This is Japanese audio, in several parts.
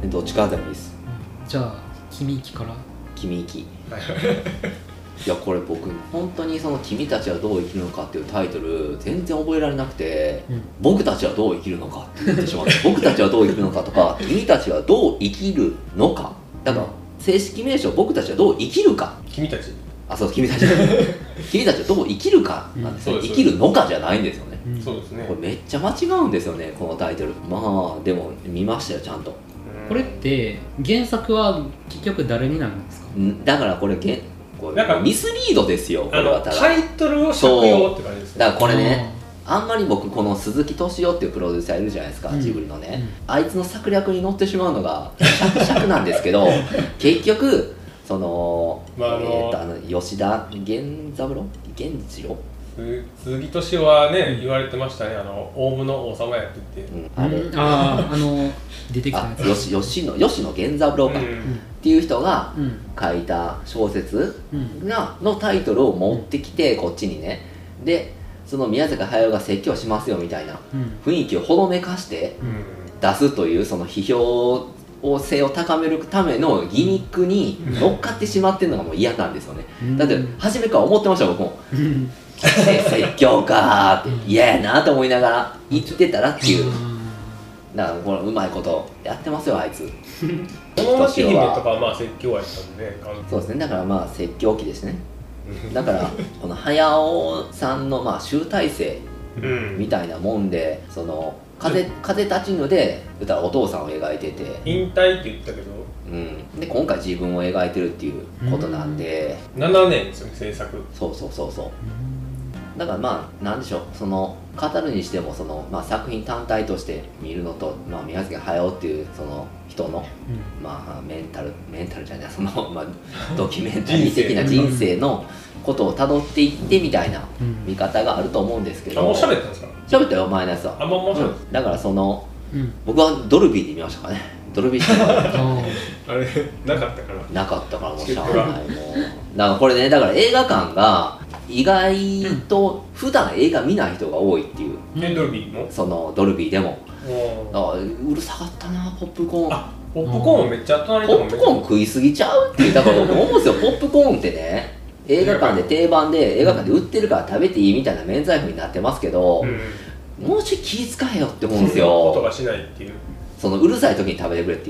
どっちからでもいいです。 じゃあ君きから君きいやこれ僕本当にその「君たちはどう生きるのか」っていうタイトル全然覚えられなくて、僕たちはどう生きるのかって言ってしまって僕たちはどう生きるのかとか君たちはどう生きるのかだから正式名称僕たちはどう生きるか君たちそう君たち君たちはどう生きるかなんですね、生きるのかじゃないんですよね、 そうですね。 これめっちゃ間違うんですよねこのタイトル。まあでも見ましたよちゃんと。 これって原作は結局誰になるんですか？ だからこれなんかミスリードですよこれは。 タイトルを借用って感じですね。 だからこれねあんまり僕この鈴木敏夫っていうプロデューサーいるじゃないですか、ジブリのね、あいつの策略に乗ってしまうのが尺なんですけど結局その、吉田源三郎源次郎鈴木敏夫はね、言われてましたね、オウムの王様やって言って、 出てきたやつ吉野源三郎か、っていう人が書いた小説のタイトルを持ってきてこっちにね、でその宮坂駿が説教しますよみたいな雰囲気をほのめかして出すというその批評性を高めるためのギミックに乗っかってしまってるのがもう嫌なんですよね。だって初めから思ってました僕も説教かーって嫌やなと思いながら言ってたらっていう。だからこれうまいことやってますよあいつ。 桃巻姫とかはまあ説教はやったんで、 そうですね。だからまあ説教期ですね。だからこの駿さんのまあ集大成みたいなもんで、その風立ちぬで歌うお父さんを描いてて引退って言ったけど、 で今回自分を描いてるっていうことなんで、 7年ですよね制作。 そうだからまあなんでしょう、その語るにしてもその、まあ、作品単体として見るのと、まあ、宮崎駿っていうその人の、まあメンタルじゃないその、まあ、ドキュメンタリー的な人生のことをたどっていってみたいな見方があると思うんですけど。 もう喋ったんですか？ 喋ったよ前のやつは。だからその、僕はドルビーで見ましたからね。ドルビーしかあれなかったからもうしゃあないもう。だからこれね、だから映画館が意外と普段映画見ない人が多いっていう。 ドルビーも？ そのドルビーでも。だからうるさかったなポップコーン。 ポップコーンめっちゃ隣とかめっちゃ。 ポップコーン食いすぎちゃうっていう。だから僕思うんですよポップコーンってね。映画館で定番で映画館で売ってるから食べていいみたいな免罪符になってますけど、もうちょい気遣えよって思うんですよ。 音がしないっていう。 そのうるさい時に食べてくれっていう、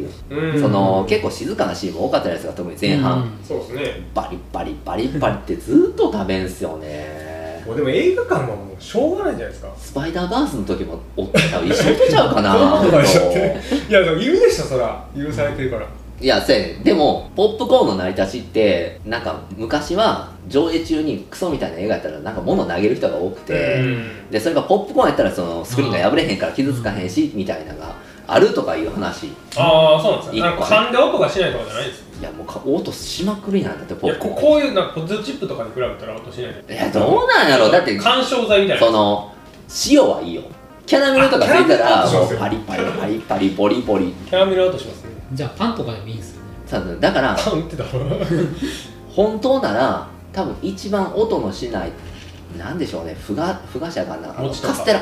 その結構静かなシーンも多かったじゃないですか特に前半、 そうですね。 バリバリバリバリってずっと食べんすよね。 もうでも映画館はもうしょうがないじゃないですか。 スパイダーバースの時もおったら一緒とちゃうかな。 いやでも言うでしょそら許されてるから。 いやそうやねん。でもポップコーンの成り立ちってなんか昔は上映中にクソみたいな映画やったらなんか物投げる人が多くて、でそれがポップコーンやったらそのスクリーンが破れへんから傷つかへんしみたいなのがあるとかいう話。 ああそうなんですか。噛んで音がしないとかじゃないですよ。 いやもう音しまくるやん。だってポップコーンこういうなんかポテトチップとかに比べたら音しない。 いやどうなんやろ。だって緩衝材みたいな。 その塩はいいよ。キャラメルとかついたらもうパリパリパリパリボリボリ。 キャラメル音しますね。 じゃあパンとかでもいいんですよね。 だからパンってだ本当なら多分一番音のしないなんでしょうね、ふがしゃかなカステラ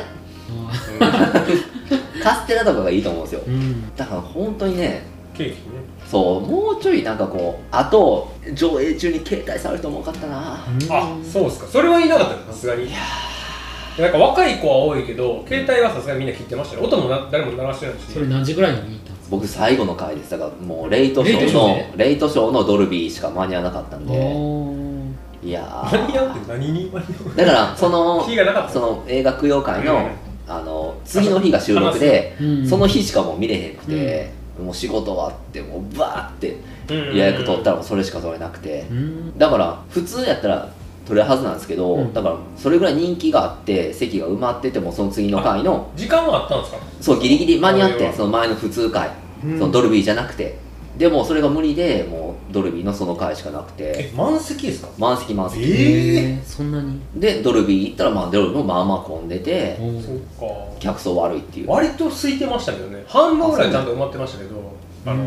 カステラとかがいいと思うんですよ、だから本当にねケーキね。 そうもうちょいなんかこうあと上映中に携帯触る人も多かったな。 あそうですか。それは言いなかったですさすがに。なんか若い子は多いけど携帯はさすがにみんな切ってましたね。音も誰も鳴らしてないし。 それ何時ぐらいに見に行ったんですか？ 僕最後の回でしたからもうレイトショーのドルビーしか間に合わなかったんで、いや間に合うって何に間に合う。 だからその日がなかった。 その映画供養会の、次の日が収録で、その日しかもう見れへんくて、もう仕事終わってもうバーって予約取ったらもうそれしか取れなくて、だから普通やったら取れるはずなんですけど、だからそれぐらい人気があって席が埋まっててもその次の回の時間はあったんですか？ そうギリギリ間に合ってその前の普通回、そのドルビーじゃなくて、でもそれが無理でもうドルビーのその回しかなくて。 満席ですか？ 満席そんなにでドルビー行ったらまあドルビーもまあまあ混んでて、 そっか客層悪いっていう。 割と空いてましたけどね。半分ぐらいちゃんと埋まってましたけど、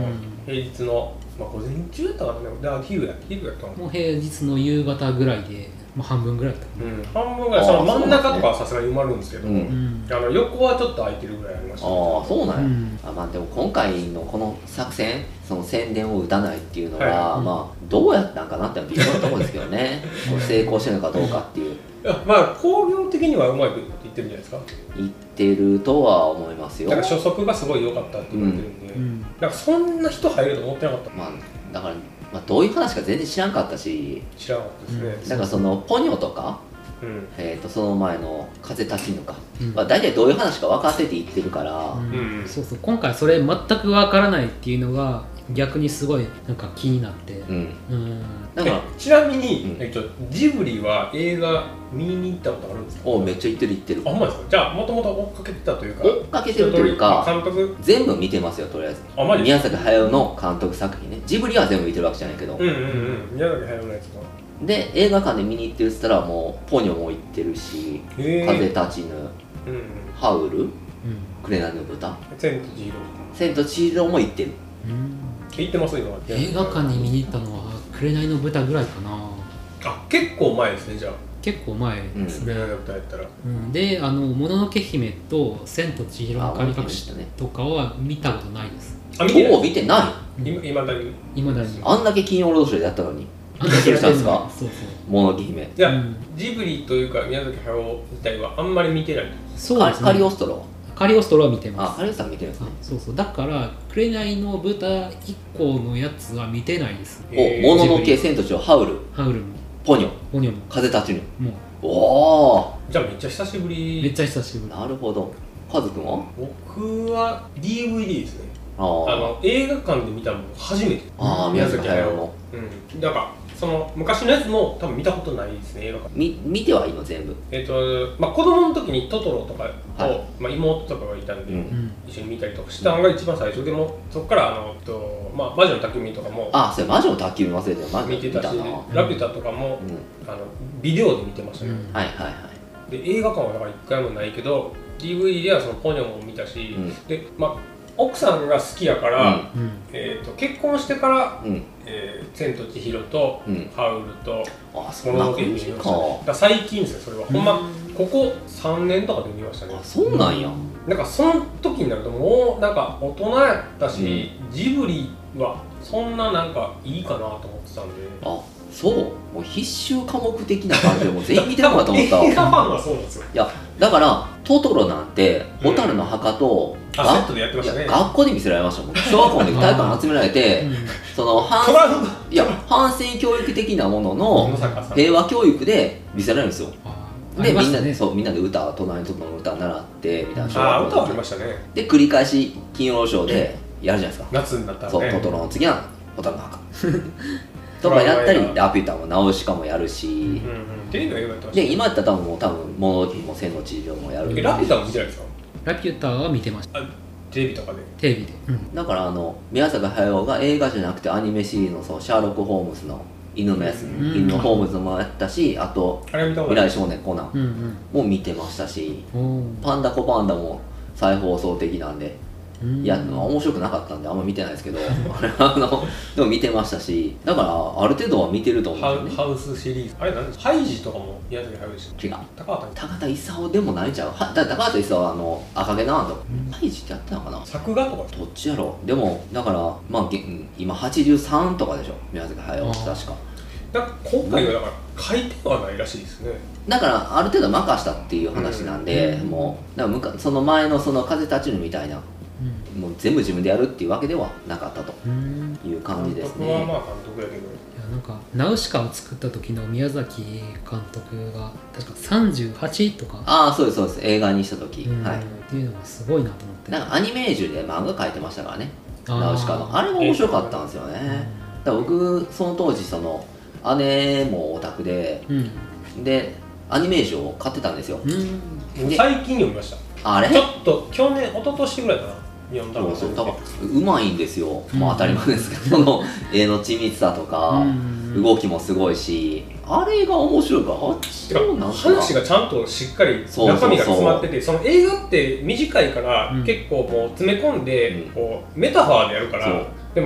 平日の、まあ、午前中やったかな、でも昼やったの。 もう平日の夕方ぐらいで、まあ、半分ぐらいだったかな。 半分ぐらい、その真ん中とかはさすがに埋まるんですけど、 うん横はちょっと空いてるぐらいありましたね。 ああそうなんや、 うんまあでも今回のこの作戦、その宣伝を打たないっていうのは、 はいまあどうやったんかなって微妙なところですけどねこう成功してるのかどうかっていういやまあ工業的にはうまくいってるんじゃないですか。 言ってるとは思いますよ。 だから初速がすごい良かったって言われてるんで、 うんだからそんな人入ると思ってなかった。 まあだから、まあ、どういう話か全然知らんかったし、 知らなかったですね。 だからそのポニョとか、 うんその前の風立ちぬか、 うんまあ、大体どういう話か分かってて言ってるから、 うんそうそう、今回それ全くわからないっていうのが逆にすごいなんか気になって、 うんうんだからちなみに、 うんジブリは映画見に行ったことあるんですか？ おめっちゃ言ってる言ってるあ、ほんまですか？じゃあもともと追っかけてたというか、 追っかけてるというか監督、 全部見てますよとりあえず。 あ、マジ宮崎駿の監督作品ね、ジブリは全部見てるわけじゃないけど、 うんうんうん、宮崎駿のやつか。 で映画館で見に行ってるっつったらもうポニョも行ってるし、 へー風立ちぬ、 うんうん。 ハウル、 うん紅の豚、 千と千尋。 千と千尋も行ってる。 うん行ってます今。 映画館に見に行ったのは紅の豚ぐらいかな。 あ、結構前ですね、じゃあ。 結構前ですね、 紅の豚やったら。 うんで、もののけ姫と千と千尋の神隠しあ見てまとかは見たことないです。 あ、見てないおお見てない今だに。 今だにあんだけ金曜ロードショーでやったのにあびっくりしたんですかそうそうもののけ姫。 いや、 うんジブリというか宮崎駿自体はあんまり見てない。 そうですね。 カリオストロカリオストロは見てます。 カリオストロ見てるんですね。 そうそう、だから紅の豚以降のやつは見てないです。 へーおもののけ千と千尋、ハウル、 ハウルもポニョ、 ポニョも風立ちぬ。 もおおじゃあめっちゃ久しぶうめっり。 ちゃ久しぶり。 なるほど。カズくんは僕は DVD ですね。 あ映画館で見たの初めて。 あ宮崎駿のうん。だからその昔のやつも多分見たことないですね、映画館。 見てはいいの全部。 まあ子供の時にトトロとかと、 はいまあ妹とかがいたんで、 うんうん一緒に見たりとかしたのが一番最初でも、そこからまあ魔女の宅急便とかもあそれ魔女の宅急便忘れてる。魔女見てたし、 な。 ラピュタとかもうんビデオで見てましたね。 うんはいはいはい。 で映画館はだから一回もないけど DVD ではそのポニョも見たし、 うんでまあ奥さんが好きやから、 うん結婚してからうん千と千尋と、 うんハウルとあそんなもののけ感じか姫見ましたね。だから最近ですよ、それは。ほんまここ3年とかで見ましたね。 あそうなんや。 なんかその時になるともうなんか大人やったし、ジブリはそんななんかいいかなと思ってたんで。 あそうもう必修科目的な感じでもう全員見てるのかと思ったわ。 映画ファンはそうなんですよ。 いやだからトトロなんてうん蛍の墓と、 あセットでやってましたねいや学校で見せられましたもん。小学校の時体育館に集められてそのトラウマいや反戦教育的なもの野の坂さん。 平和教育で見せられるんですよ。 あでみんなでね。 そうみんなで歌隣のトトロの歌習ってみたいな小ああ、歌はあ学校の時りましたね。 で繰り返し金曜ロードショーでやるじゃないですか。 夏になったらそう、 ね。 トトロの次は蛍の墓とかやったりラピュタもナウシカもやるし、 うんうん。テレビはよくやってましたね。 で今やったら多分もののけ姫も千の千尋もやるしラピュタも見てないですか？ ラピュタは見てました。 テレビとかで。 テレビで。うんだから宮坂駿が映画じゃなくてアニメシリーズのそうシャーロック・ホームズの犬のやつ、 ん犬のホームズもやったし、あとあれ見たことない。 未来少年コナンうんも見てましたし、 うん。おパンダコパンダも再放送的なんで、 ーいや面白くなかったんであんま見てないですけどでも見てましたし、だからある程度は見てると思うんですよね。 ハウスシリーズ。あれ何ですか？ハイジとかも宮崎駿でした。 違う高畑高田勲でもないんちゃう高畑勲は赤毛のアンドハイジってやってたのかな。 作画とか。 どっちやろう。でもだからまあ今83とかでしょ宮崎駿あー確か。 なんか今回はだから書いてはないらしいですね。 だからある程度任したっていう話なんで、 うんもうだからその前のその風立ちぬみたいなうんもう全部自分でやるっていうわけではなかったとうんいう感じですね。 監督はまあ監督やけど。 いやなんかナウシカを作った時の宮崎監督が確か38とか、 ああそうですそうです映画にした時、 うんはい。 っていうのがすごいなと思って。 なんかアニメージュで漫画描いてましたからねあーナウシカのあれが面白かったんですよね。だから僕その当時その姉もオタクででアニメージュを買ってたんですよ。 うんで最近読みました。 あれちょっと去年、一昨年ぐらいかな。読んだのそうがそうだからうまいんですよ、 うんまあ当たり前ですけどその絵の緻密さとか、 うん動きもすごいしあれが面白いからあっちてかのなんか話がちゃんとしっかりそうそうそう中身が詰まってて、その映画って短いから、 うん結構もう詰め込んで、 うんこうメタファーでやるから、 そうでも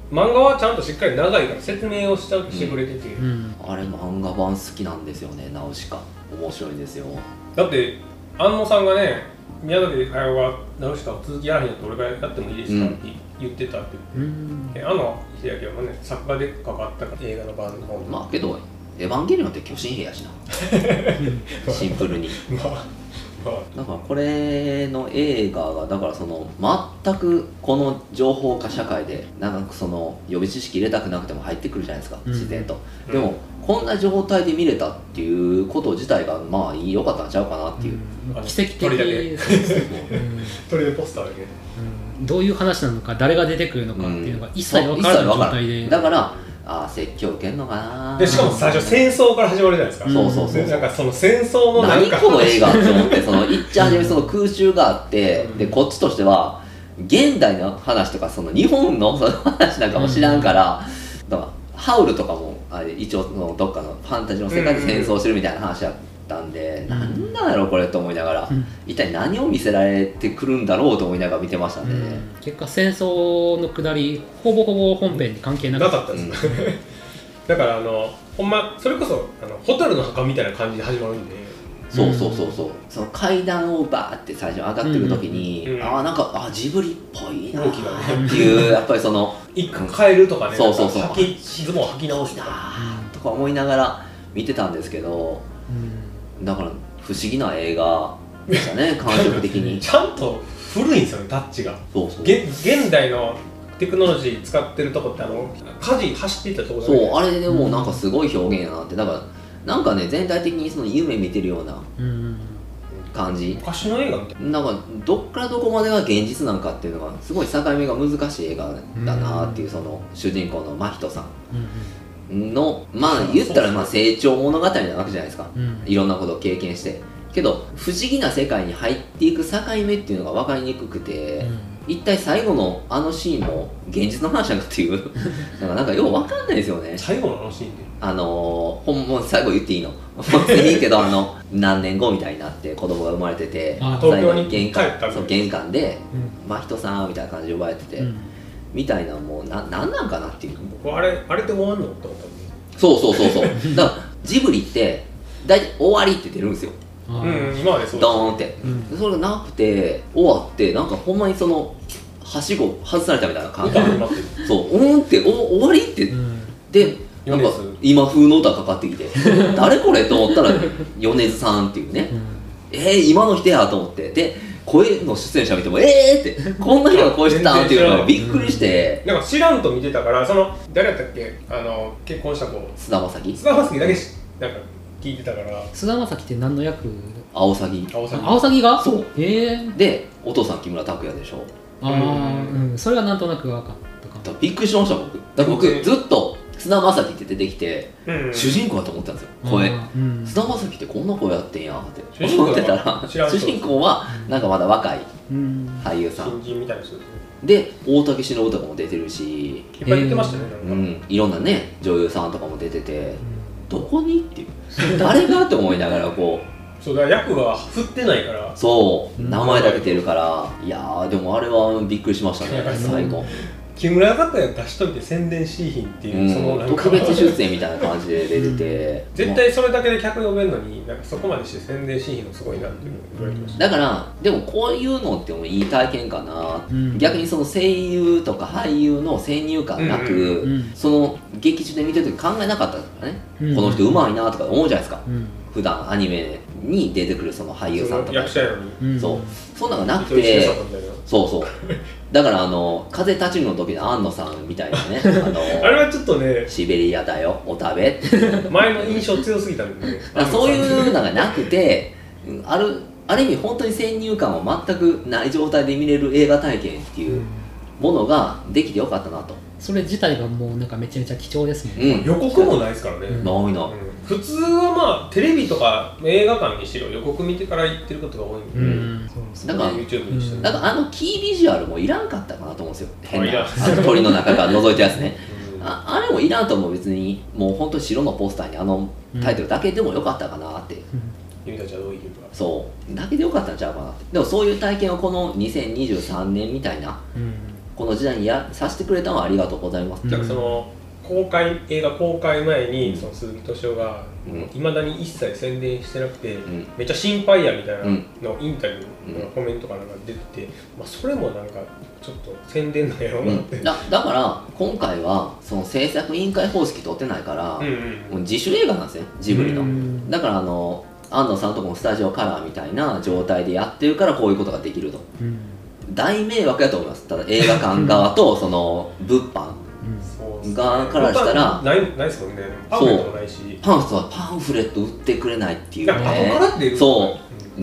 漫画はちゃんとしっかり長いから説明をしてくれてて、 あれ漫画版好きなんですよね。ナウシカ面白いんですよ。 だって安野さんがね、宮崎駿がナウシカを続きやらへんやったら俺がやってもいいですかって言ってたって言って、秀明はね作画で関わったから映画の版の方に。 まあけどエヴァンゲリオンって巨神兵やしなシンプルにだからこれの映画がだからその全くこの情報化社会でなんかその予備知識入れたくなくても入ってくるじゃないですか、自然と、でもこんな状態で見れたっていうこと自体がまあ良かったんちゃうかなっていう、 奇跡的鳥だけ鳥でポスターだけ、 どういう話なのか誰が出てくるのかっていうのが一切分からない状態で、 だから説教受けんのかな。 でしかも最初戦争から始まるじゃないですか。 そうなんかその戦争の何この映画って思って、そのいっちゃん初めその空襲があって、でこっちとしては現代の話とかその日本のその話なんかも知らんから、だからハウルとかも一応そのどっかのファンタジーの世界で戦争してるみたいな話やったんで、なんだろうこれと思いながら、一体何を見せられてくるんだろうと思いながら見てましたね。 結果戦争の下りほぼほぼ本編に関係なかったです、だからほんまそれこそホタルの墓みたいな感じで始まるんで、 そうその階段をバーって最初上がってる時に、なんかジブリっぽいなっていうやっぱりその一回変えるとかね、 そうズボン履き直すとかとか思いながら見てたんですけど、だから不思議な映画でしたね感触的にちゃんと古いんですよね、タッチが。現代のテクノロジー使ってるとこって火事走っていったところだね。 あれでもなんかすごい表現やなって、だからなんかね全体的にその夢見てるような感じ、 昔の映画みたいな。なんかどっからどこまでが現実なのかっていうのがすごい境目が難しい映画だなっていう、その主人公の真人さんのまあ言ったらまあ成長物語なわけじゃないですか、いろんなことを経験してけど不思議な世界に入っていく境目っていうのが分かりにくくて、一体最後のシーンも現実の話なんかっていうなんかよう分かんないですよね。 最後のシーンってほんま最後言っていいの言っていいけど何年後みたいになって子供が生まれてて、 東京に帰った玄関で「真人さん」みたいな感じで呼ばれてて、みたいなもうなんなんかなっていう。 僕あれで終わんのって思ったんで。 そうだからジブリって大体終わりって出るんですよ。 今までそうドーンって、それがなくて終わってなんかほんまにそのはしご外されたみたいな感じでって終わりって、でなんか今風の歌かかってきて誰これと思ったら米津さんっていうね、今の人やと思って、で声の出演者見てもってこんな人が声してたんっていうのがびっくりして、 なんか知らんと見てたから、その誰やったっけ結婚した子菅田将暉だけなんか聞いてたから。 菅田将暉って何の役？ アオサギが？ そう。でお父さん木村拓哉でしょ。 それはなんとなく分かったかも。 びっくりしました僕。だから僕ずっと菅田将暉って出てきて主人公だと思ったんですよ声。菅田将暉ってこんな声やってんやって思ってたら、主人公はなんかまだ若い俳優さん新人みたいな人ですね。 で大竹しのぶとかも出てるし、 いっぱい出てましたね。 いろんなね女優さんとかも出てて、どこにっていう誰がって思いながらこうそうだから役が振ってないから、 そう名前だけ出るから、いやーでもあれはびっくりしましたね最後。 木村拓哉出しといて宣伝しいひんっていう、そのなんか特別出演みたいな感じで出てて絶対それだけで客呼べるのになんかそこまでして宣伝しいひんのすごいなっていうのを言われてました。 だからでもこういうのってもいい体験かな、逆にその声優とか俳優の先入観なく、その劇中で見てる時考えなかったからね、この人うまいなとか思うじゃないですか、普段アニメに出てくるその俳優さんとか役者やのに、 そんなのがなくて、だから風立ちぬの時の庵野さんみたいなねあれはちょっとねシベリアだよお食べ前の印象強すぎたんでねそういうのがなくて、ある意味本当に先入観は全くない状態で見れる映画体験っていうものができてよかったなと。 それ自体がもうなんかめちゃめちゃ貴重ですもんね。 予告もないですからね。 ないな。 普通はまあテレビとか映画館にしろ予告見てから行ってることが多いんで、 だから YouTube にしてる。 だからキービジュアルもいらんかったかなと思うんですよ。変な鳥の中から覗いたやつね。あれもいらんと思う。別にもう本当に白のポスターにタイトルだけでもよかったかなって。 君たちはどういう曲か。 そうだけでよかったんちゃうかなって。でもそういう体験をこの2023年みたいなこの時代にさせてくれたのはありがとうございます。 なんかその映画公開前にその鈴木敏夫がいまだに一切宣伝してなくて、めっちゃ心配やみたいなのインタビューのコメントかなんか出てて、まあ、それもなんかちょっと宣伝なんやろうなって、 だから今回はその制作委員会方式取ってないから、もう自主映画なんですよジブリの。だから安藤さんとこもスタジオカラーみたいな状態でやってるからこういうことができると、大迷惑やと思います。ただ映画館側とその物販側からしたらないですもんね。パンフレットもないし、 パンフレット売ってくれないっていうね。 後からってそう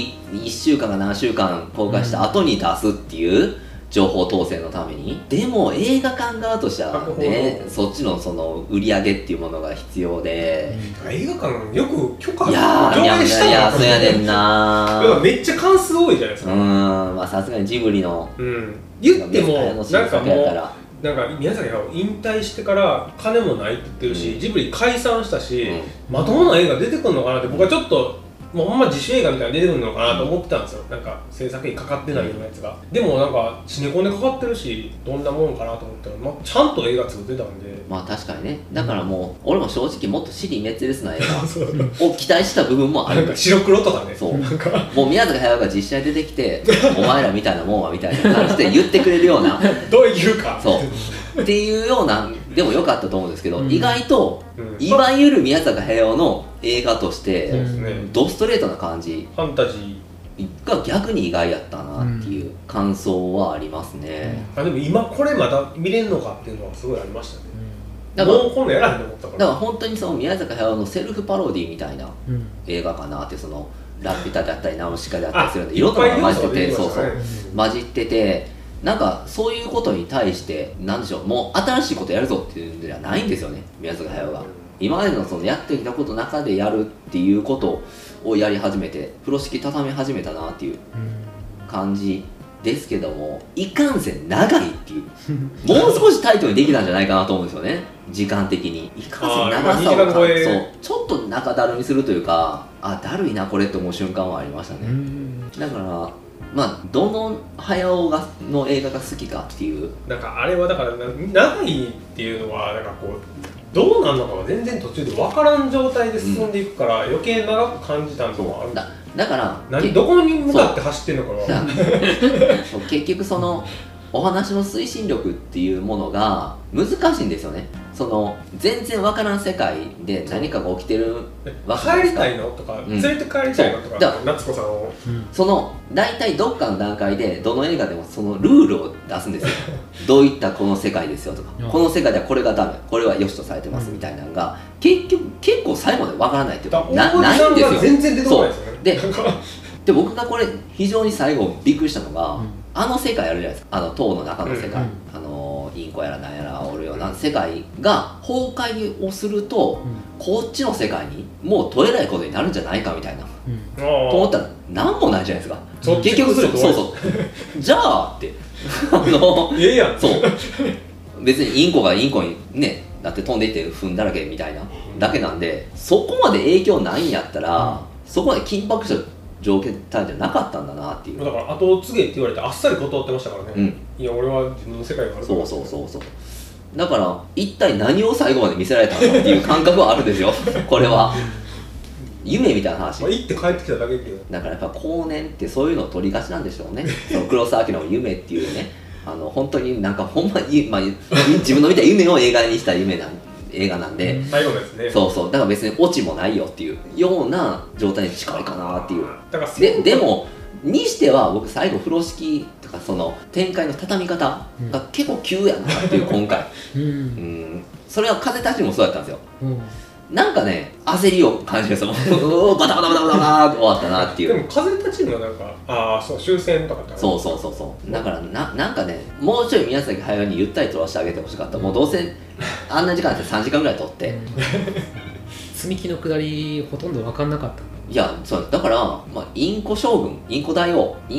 1週間か何週間公開した後に出すっていう情報統制のために。でも映画館側としてはね、そっちのその売り上げっていうものが必要で、 映画館よく許可上映したの。いやそうやねんなめっちゃ関数多いじゃないですか。 まあさすがにジブリの言ってもなんかもうなんか宮崎が引退してから金もないって言ってるし、ジブリ解散したし、まともな映画出てくるのかなって僕はちょっともうほんま自主映画みたいなの出てくるのかなと思ってたんですよ。なんか制作費かかってないようなやつが。でもなんかシネコンでかかってるし、どんなもんかなと思ったら、まあ、ちゃんと映画作ってたんで。 まあ確かにね。だからもう俺も正直もっと支離滅裂な映画を期待した部分もある。 なんか白黒とかね。 そう。もう宮崎駿が実写で出てきてお前らみたいなもんはみたいな感じで言ってくれるようなどういうかそうっていうようなでも良かったと思うんですけど、意外といわゆる宮崎駿の映画としてドストレートな感じファンタジーが逆に意外やったなっていう感想はありますね。 でも今これまだ見れんのかっていうのはすごいありましたね。だからもう今度やらへんと思ったから。 だから本当にその宮崎駿のセルフパロディみたいな映画かなって、そのラピュタであったりナウシカであったりするんでいろんなのが混じってて、そうそう混じってて。なんかそういうことに対してなんでしょう、もう新しいことやるぞっていうんではないんですよね宮崎駿が。今までのそのやってきたことの中でやるっていうことをやり始めて風呂敷畳み始めたなっていう感じですけども、いかんせん長いっていうもう少しタイトにできたんじゃないかなと思うんですよね時間的に。いかんせん長さをそうちょっと中だるみするというか、だるいなこれって思う瞬間はありましたね。だからまあどの駿の映画が好きかっていう、 なんかあれはだから長いっていうのはなんかこうどうなるのかが全然途中で分からん状態で進んでいくから余計長く感じたのもある。 だからどこに向かって走ってんのかな結局そのお話の推進力っていうものが難しいんですよね。その全然分からん世界で何かが起きてる帰りたいのとか、連れて帰りたいのとか、夏子さんをその大体どっかの段階でどの映画でもそのルールを出すんですよどういったこの世界ですよとか、この世界ではこれがダメ、これは良しとされてますみたいなのが結構最後まで分からないっていうかないんですよ。 全然出てこないですよね。 で僕がこれ非常に最後びっくりしたのが、あの世界あるじゃないですか、塔の中の世界、インコやらなんやらおるような世界が崩壊をすると、こっちの世界にもうとえらいことになるんじゃないかみたいな、と思ったら何もないじゃないですか結局。そうじゃあってええやんそう別にインコがインコにねだって飛んでいって踏んだらけみたいなだけなんで、そこまで影響ないんやったら、そこまで緊迫した条件単じゃなかったんだなっていう。 だから後を継げって言われてあっさり断ってましたからね。いや俺は自分の世界があるから。 そうだから一体何を最後まで見せられたんだっていう感覚はあるんですよこれは夢みたいな話。 行って帰ってきただけっていう。 だからやっぱ後年ってそういうのを取りがちなんでしょうねその黒澤明の夢っていうね本当になんかほんまに、自分の見た夢を映画にした映画なんで、 最後のですね。 そうだから別にオチもないよっていうような状態に近いかなっていう。 だからでもにしては僕最後風呂敷とかその展開の畳み方が結構急やなっていう今回それは風立ちもそうだったんですよ。なんかね焦りを感じるんですよバタバタバタバタバタって終わったなっていう。 でも風立ちのなんかそう終戦とかってそうだからなんかねもうちょい宮崎駿にゆったりとらせてあげてほしかった。もうどうせあんな時間って3時間ぐらい撮って積み木の下りほとんど分かんなかった。 いやそうだから、インコ将軍インコ大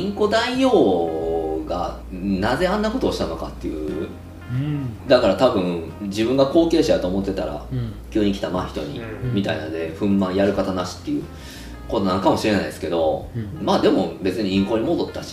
王がなぜあんなことをしたのかっていう、だから多分自分が後継者やと思ってたら、急に来た真人に、みたいなので憤懣やる方なしっていうことなのかもしれないですけど、まあでも別にインコに戻ったし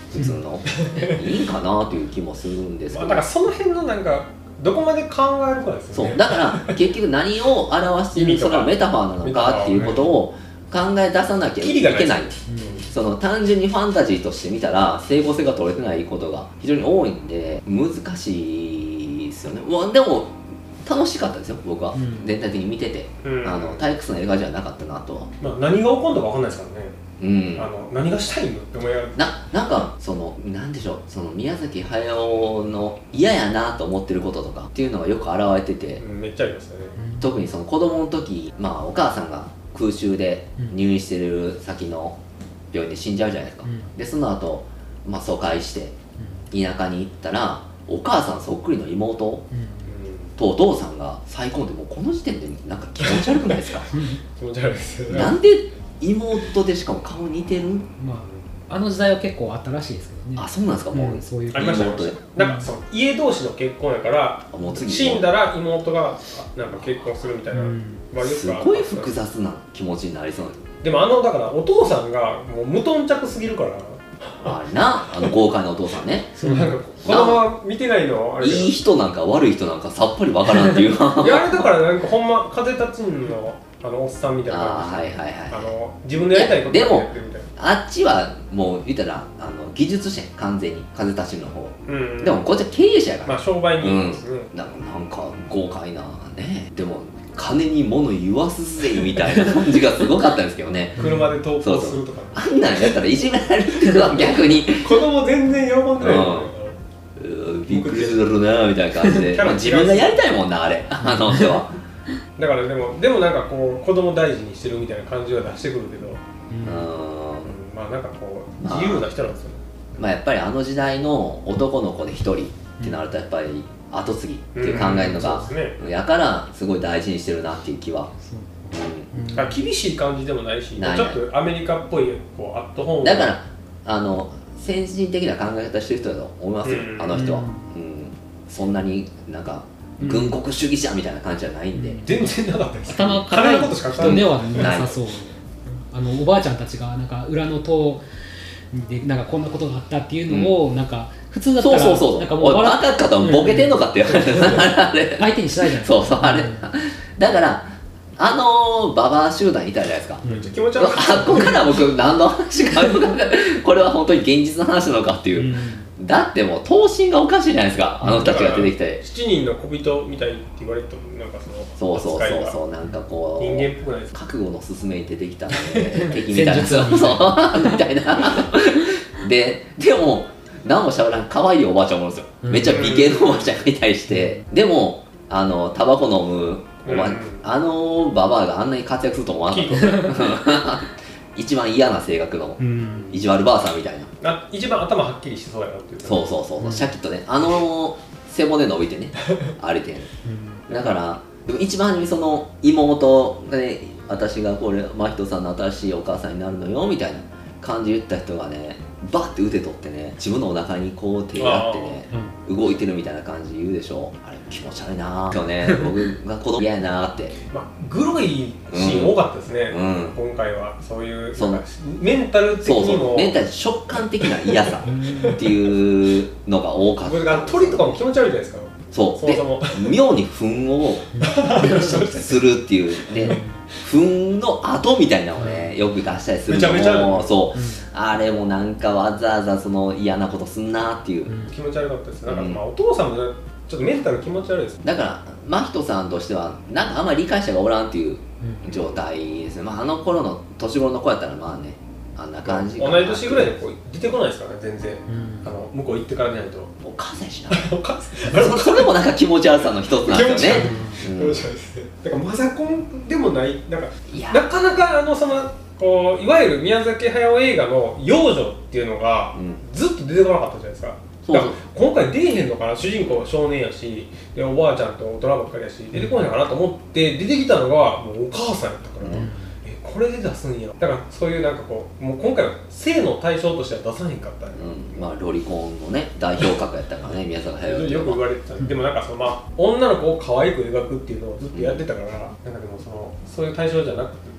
普通のいいんかなという気もするんですけど、 だからその辺のなんかどこまで考えるかですよね。 そうだから結局何を表しているそれはメタファーなのかっていうことを考え出さなきゃいけない。その単純にファンタジーとして見たら整合性が取れてないことが非常に多いんで難しいですよね。でも楽しかったですよ僕は、全体的に見てて、退屈な映画じゃなかったなとは。 何が起こるのか分かんないですからね。何がしたいのって思いながらなんかそのなんでしょう、その宮崎駿の嫌やなと思ってることとかっていうのがよく表れてて、 めっちゃありますよね。 特にその子供の時、お母さんが空襲で入院してる先の病院で死んじゃうじゃないですか、でその後、疎開して田舎に行ったらお母さんそっくりの妹、とお父さんが再婚でもうこの時点でなんか気持ち悪くないですか気持ち悪いですよね。 なんで妹でしかも顔似てる、 あの時代は結構あったらしいですけどね。 あ、そうなんですか、もうそういうありましたね。なんかその家同士の結婚やから死んだら妹がなんか結婚するみたいな、 すごい複雑な気持ちになりそうな。 でもだからお父さんがもう無頓着すぎるからあれな、豪快なお父さんねなんか子供は見てないのあれいい人なんか悪い人なんかさっぱりわからんっていういやあれだからなんかほんま風立ちぬのおっさんみたいな感じで、自分でやりたいことやってるみたいな。 あっちはもう言ったら技術者完全に風立ちぬの方、でもこっちは経営者やから商売人ですね、 なんか豪快なね、でも金に物言わすぜみたいな感じがすごかったんですけどね車で投稿するとか、 あんなんやったらいじめられるっていうのは逆に子供全然喜んでない、 びっくりするなみたいな感じで自分がやりたいもんなあれ人はだからでもなんかこう子供大事にしてるみたいな感じは出してくるけど、なんかこう自由な人なんですよね。 やっぱりあの時代の男の子で一人ってなるとやっぱり後継ぎっていう考えるのが、やからすごい大事にしてるなっていう気は、 厳しい感じでもないし、ちょっとアメリカっぽいこうアットホームだから先進的な考え方してる人だと思いますよ、あの人は、そんなになんか軍国主義者みたいな感じじゃないんで、 全然なかったです。 頭固い人ではなさそう。おばあちゃんたちがなんか裏の塔でなんかこんなことがあったっていうのをなんか普通だったらなんかもうバカかとボケてんのかって相手にしないじゃないですか。 そうあれだからババア集団いたじゃないですか。 めっちゃ気持ち悪い。 あっこから僕何の話かこれは本当に現実の話なのかっていう、だってもう頭身がおかしいじゃないですか、あの人たちが出てきて 7人の小人みたいって言われるとなんかそうなんかこう人間っぽくないですか。 覚悟の勧めに出てきた敵みたいなみたいなでも何もしゃべらん可愛いおばあちゃんもいるんですよ、めっちゃ美形のおばあちゃんに対して、でもタバコ飲むババアがあんなに活躍すると思わなかった一番嫌な性格の意地悪ばあさんみたいな、 一番頭はっきりしそうやなっていう。 そうシャキッとね、背骨伸びてねあれてだから一番初めにその妹がね、私がこれ真人さんの新しいお母さんになるのよみたいな感じで言った人がね、バッて腕取ってね、自分のお腹にこう手やってね、動いてるみたいな感じで言うでしょ。あれ気持ち悪いな今日ね僕が子供嫌やなってグロいシーン多かったですね、今回は。そういうメンタル的にもメンタル食感的な嫌さっていうのが多かった。 鳥とかも気持ち悪いじゃないですか。 そうで妙に糞をするっていうで糞の跡みたいなのをねよく出したりするのもめちゃめちゃあれもなんかわざわざその嫌なことすんなっていう、 気持ち悪かったです。なんかお父さんもちょっとメンタル気持ち悪いです。 だから真人さんとしてはなんかあんまり理解者がおらんっていう状態ですね。あの頃の年頃の子やったらまあねあんな感じかな。 同い年ぐらいでこう出てこないですからね全然、向こう行ってからじゃないと。 お母さんやしなそれもなんか気持ち悪さの一つなんですよね。 気持ち悪いですね。だからマザコンでもないなかなかそのこういわゆる宮崎駿映画の幼女っていうのがずっと出てこなかったじゃないですか。だから今回出えへんのかな、主人公は少年やしでおばあちゃんと大人ばっかりやし出てこないかなと思って出てきたのがもうお母さんやったから、これで出すんや。だからそういうなんかこうもう今回は性の対象としては出さへんかったね、 ロリコンのね代表格やったからね宮崎駿よく言われてた、でもなんかその女の子を可愛く描くっていうのをずっとやってたから、なんかでもそういう対象じゃなくて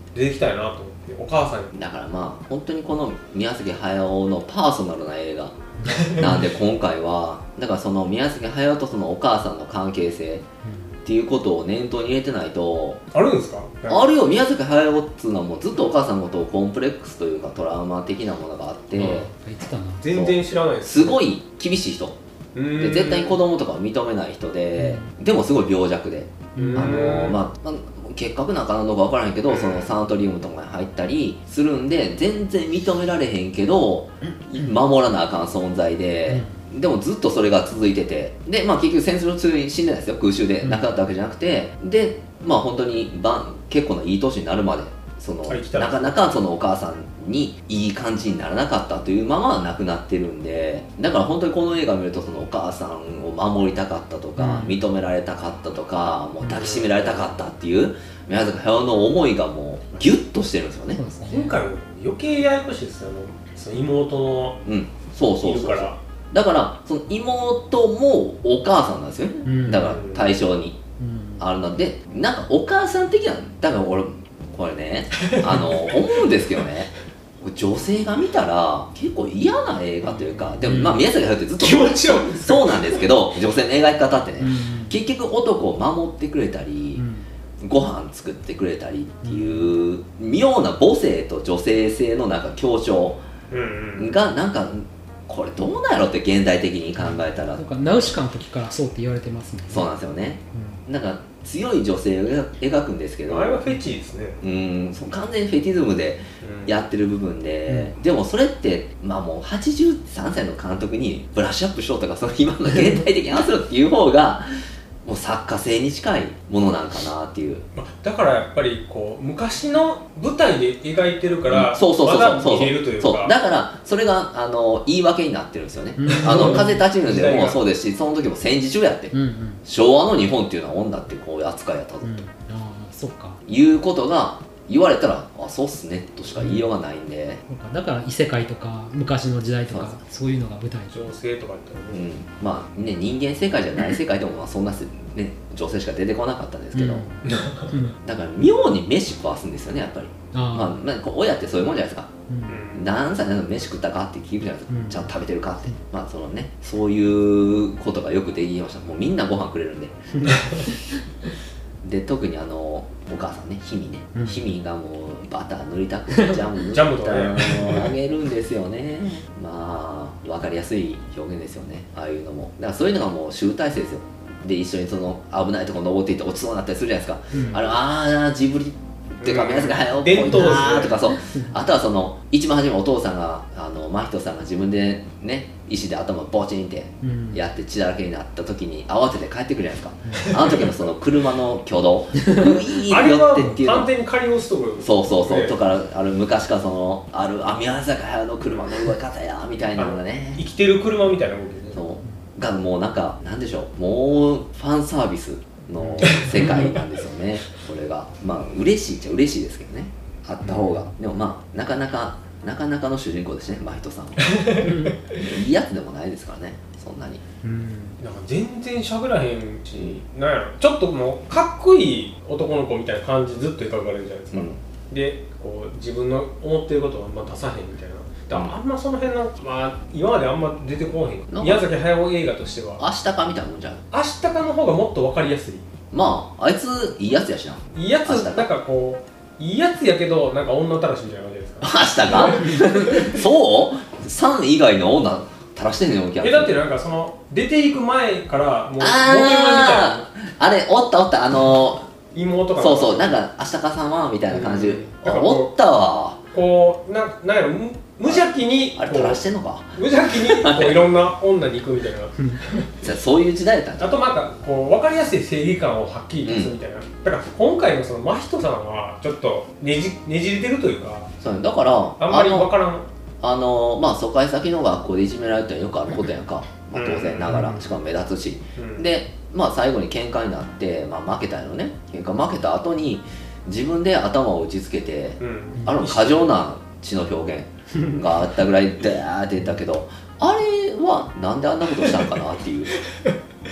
出てきたいなと思って、お母さんに。 だからまあ本当にこの宮崎駿のパーソナルな映画なんで今回はだからその宮崎駿とそのお母さんの関係性っていうことを念頭に入れてないと。 あるんですか？ あるよ。宮崎駿っつうのはもうずっとお母さんのことをコンプレックスというかトラウマ的なものがあって、 言ってたな。 全然知らないです。 すごい厳しい人で、絶対に子供とかを認めない人で、でもすごい病弱で、まあ結核なんかなのか分からへんけど、そのサナトリウムとかに入ったりするんで全然認められへんけど守らなあかん存在で、でもずっとそれが続いてて、でまあ結局戦争中に死んでないですよ、空襲で亡くなったわけじゃなくて、でまあ本当に結構ないい年になるまでそのなかなかそのお母さんにいい感じにならなかったというまま亡くなってるんで、だから本当にこの映画を見るとそのお母さんを守りたかったとか、認められたかったとか、もう抱きしめられたかったっていう宮崎駿の思いがもうギュッとしてるんですよね。 今回も余計ややこしいですよ、その妹のそういるからだからその妹もお母さんなんですよね、だから対象にあるので、なんかお母さん的な、だから俺これね思うんですけどね、女性が見たら結構嫌な映画というか、でもまあ宮崎駿ってずっと気持ちよいですそうなんですけど、女性の描き方ってね、結局男を守ってくれたり、ご飯作ってくれたりっていう妙な母性と女性性のなんか強調がなんかこれどうなんやろって現代的に考えたら、 なんかナウシカの時からそうって言われてますね。 そうなんですよね、なんか強い女性を描くんですけど、 あれはフェチですね。 そう完全にフェティズムでやってる部分で、でもそれってまあもう83歳の監督にブラッシュアップしようとか、その今の現代的に合わせろっていう方がもう作家性に近いものなんかなっていう。 だからやっぱりこう昔の舞台で描いてるから、まだ見れるというか、 だからそれが言い訳になってるんですよね。風立ちぬでもそうですし、その時も戦時中やって、昭和の日本っていうのは女ってこういう扱いやったぞと、 そうかいうことが言われたら、あ、そうっすねとしか言いようがないんで、 だから異世界とか昔の時代とかそういうのが舞台、 女性とかって、 まあね、人間世界じゃない世界でもまあそんなね女性しか出てこなかったんですけど、だから妙に飯食わすんですよねやっぱり。まあ親ってそういうもんじゃないですか。何歳なの飯食ったかって聞くじゃないですか、ちゃんと食べてるかって、まあそのね、そういうことがよくできました。もうみんなご飯くれるんでで特にお母さんね、氷見ね、氷見がもうバター塗りたくてジャム塗ったのをあげるんですよね。まあ分かりやすい表現ですよね、ああいうのも。だからそういうのがもう集大成ですよ。で一緒にその危ないところ登っていって落ちそうになったりするじゃないですか、あれジブリっていうか宮崎駿っぽいなとか、そうあとはその一番初めお父さんが真人さんが自分でね石で頭ボチンってやって血だらけになった時に慌てて帰ってくるじゃないですか、あの時のその車の挙動グイーッ寄ってっていうの完全に仮押すところ、 そうとか昔からその宮崎駿の車の動き方やみたいなのがね、 生きてる車みたいな動きで、 そうがもうなんでしょう、もうファンサービスの世界なんですよねこれが。まあ嬉しいっちゃ嬉しいですけどね、あった方が。でもまあなかなかの主人公ですね、真人さんはいいやつでもないですからね、そんなに。 なんか全然しゃべらへんし、なんやろ、ちょっともうかっこいい男の子みたいな感じずっと描かれるじゃないですか、でこう自分の思ってることをあんま出さへんみたいな。あんまその辺の、まあ、今まであんま出てこへん宮崎駿映画としては。 明日かみたいなもんじゃん。 明日かの方がもっと分かりやすい。 まああいついいやつやしな。 いいやつ、なんかこういいやつやけどなんか女たらしみたいな感じですか。 明日かそうさん以外の女垂らしてんねんよ。 だってなんかその出ていく前からもうモデルみたいな、 あれおった妹がそうなんか明日かさんはみたいな感じ、おったわ。 こうなんやろ、無邪気にあれ垂らしてんのか、 無邪気にこういろんな女に行くみたいなじゃあそういう時代やったんじゃん。 あとなんかこう分かりやすい正義感をはっきり出すみたいな、だから今回のその真人さんはちょっとねじれてるというか、 そうだからあんまり分からん。 まあ疎開先の学校でいじめられたらよくあることやんか、まあ、当然ながら、しかも目立つし、でまあ最後に喧嘩になって、まあ、負けたんやろね。喧嘩負けた後に自分で頭を打ちつけて、過剰な血の表現があったぐらいダーって言ったけど、あれはなんであんなことしたんかなっていう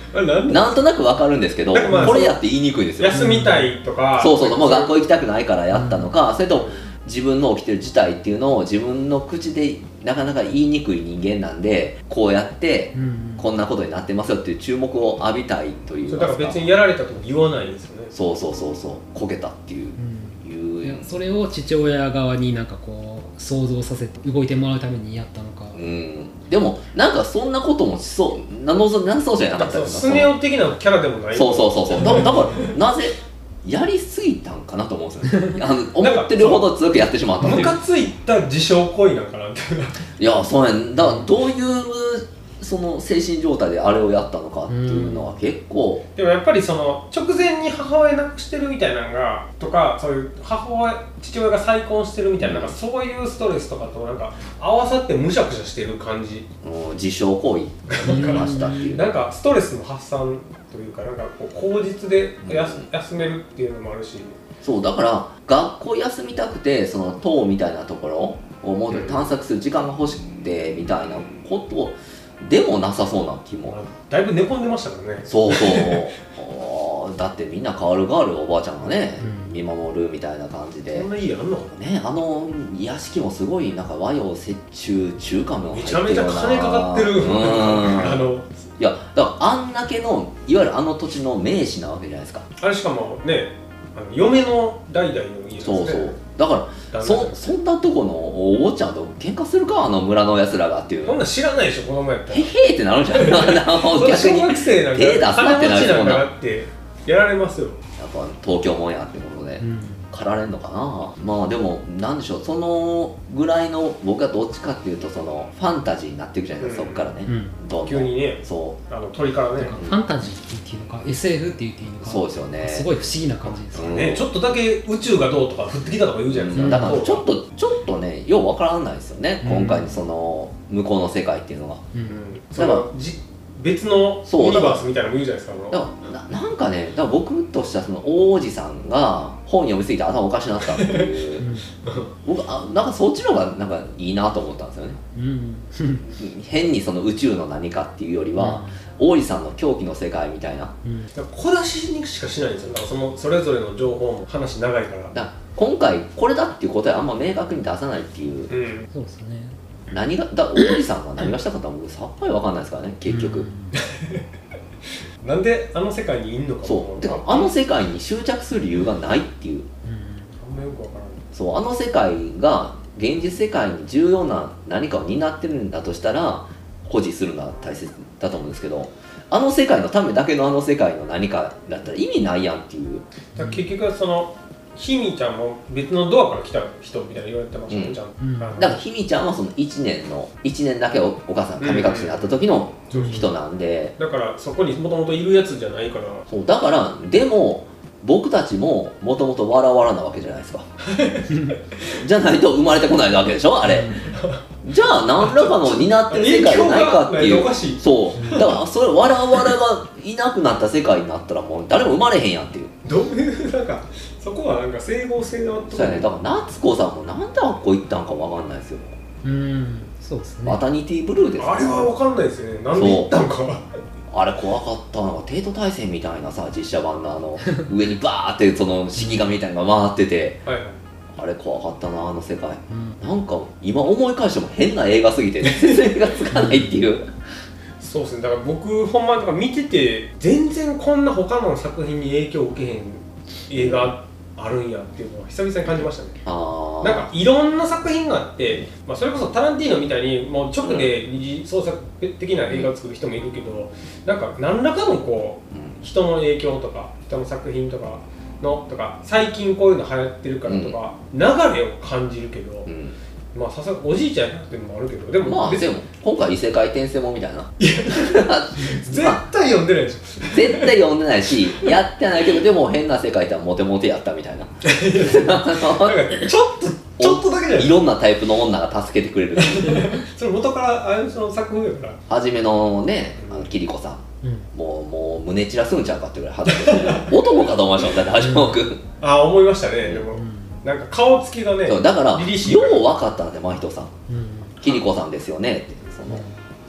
なんとなくわかるんですけど、これやって言いにくいですよ。 休みたいとか、 そうもう学校行きたくないからやったのか、それと自分の起きてる事態っていうのを自分の口でなかなか言いにくい人間なんで、こうやってこんなことになってますよっていう注目を浴びたいというか、 だから別にやられたとも言わないんですよね。 そうこけたっていう、 それを父親側になんかこう想像させて動いてもらうためにやったのか。 でもなんかそんなこともしそうなそうじゃなかったですか。 スネ夫的なキャラでもない。 そうだからなぜやりすぎたんかなと思うんですよね。思ってるほど強くやってしまったっていう。 ムカついた自傷行為なんかなって。 いやそうやんだからどういうその精神状態であれをやったのかっていうのは結構、 でもやっぱりその直前に母親亡くしてるみたいなのがとか、そういう父親が再婚してるみたいな、なんかそういうストレスとかとなんか合わさってむしゃくしゃしてる感じ、 自傷行為にましたっていうなんかストレスの発散というか、なんかこう口実で休めるっていうのもあるし、 そうだから学校休みたくてその塔みたいなところをもっと探索する時間が欲しくてみたいなことでもなさそうな気も。 だいぶ寝込んでましたからね。 そうだってみんな変わるおばあちゃんがね、見守るみたいな感じで。 そんな家あんのね、屋敷もすごいなんか和洋折衷中華も入めってるような。 ちゃめちゃ金かかってる。 いやだからあんだけのいわゆるあの土地の名士なわけじゃないですか。 あれしかもね、嫁の代々の家ですね。 そうだからそんなとこのお坊ちゃんと喧嘩するか、あの村のやつらがっていう。 そんなん知らないでしょ、子供やったら。 へへーってなるんじゃない逆に小学生なんか手出すなってなるし、 金持ちなんかだってやられますよ。 やっぱ東京もんやってことで、駆られんのかな。まあでもなんでしょう、そのぐらいの僕はどっちかっていうとそのファンタジーになっていくじゃないですか、そっからね、どんどん急にね、 そう鳥からね、 ファンタジーっていうのか SF って言っていいのか、 そうですよね、 すごい不思議な感じですよね。ちょっとだけ宇宙がどうとか降ってきたとか言うじゃないですか。 だからちょっとねようわからないですよね、今回のその向こうの世界っていうのが、 だから別のユニバースみたいなのも言うじゃないですか。 だからなんかね、だから僕としてはその大おじさんが本読みすぎて頭おかしくなったっていう僕なんかそっちの方がなんかいいなと思ったんですよね、変にその宇宙の何かっていうよりは、大おじさんの狂気の世界みたいな、 小出しにしかしないんですよ。だからそれぞれの情報も話長いから。 だから今回これだっていう答えあんま明確に出さないっていう、 そうですね。 何が大おじさんが何がしたかったのかさっぱり分かんないですからね結局、 なんであの世界にいんのかも。 そうてかあの世界に執着する理由がないっていう、 あんまよく分からない。 そうあの世界が現実世界に重要な何かを担ってるんだとしたら保持するのは大切だと思うんですけど、あの世界のためだけのあの世界の何かだったら意味ないやんっていう。 だから結局はそのひみちゃんも別のドアから来た人みたいな言われてましたね、ちゃんと。 だからひみちゃんはその1年だけお母さん神隠しにあった時の人なんで、 だからそこにもともといるやつじゃないから。 そうだからでも僕たちももともとわらわらなわけじゃないですかじゃないと生まれてこないわけでしょあれじゃあ何らかの担ってる世界じゃないかっていうそうだからそれわらわらがいなくなった世界になったらもう誰も生まれへんやんっていう。 どういうなんかそこはなんか整合性があった。 そうやね、だから夏子さんもなんであっこ行ったんかわかんないですよ。 そうですね。 マタニティブルーですあれはわかんないですよね、なんで行ったんか。 あれ怖かったのが帝都大戦みたいなさ、実写版の上にバーってその式紙みたいなのが回っててあれ怖かったなあの世界、なんか今思い返しても変な映画すぎて説明がつかないっていうそうですね、だから僕ほんまに見てて全然こんな他の作品に影響を受けへん映画あるんやっていうのは久々に感じましたね。なんかいろんな作品があって、それこそタランティーノみたいにもう直で二次創作的な映画を作る人もいるけど、なんか何らかのこう人の影響とか人の作品とかのとか最近こういうの流行ってるからとか、流れを感じるけど、さすがおじいちゃんやっていうのもあるけど、でもでも今回異世界転生もみたいな絶対読んでないでしょ絶対読んでないしやってないけど、でも変な世界ってモテモテやったみたいななんかちょっとだけじゃないいろんなタイプの女が助けてくれるそれ元からあれの作風やから初めのねキリコさん、もう胸散らすんちゃうかってぐらい肌男かと思いましたもんだって初め僕思いましたね。でもなんか顔つきがね、 だからよう凛々しいから分かったんで真人さん、キリコさんですよねって、その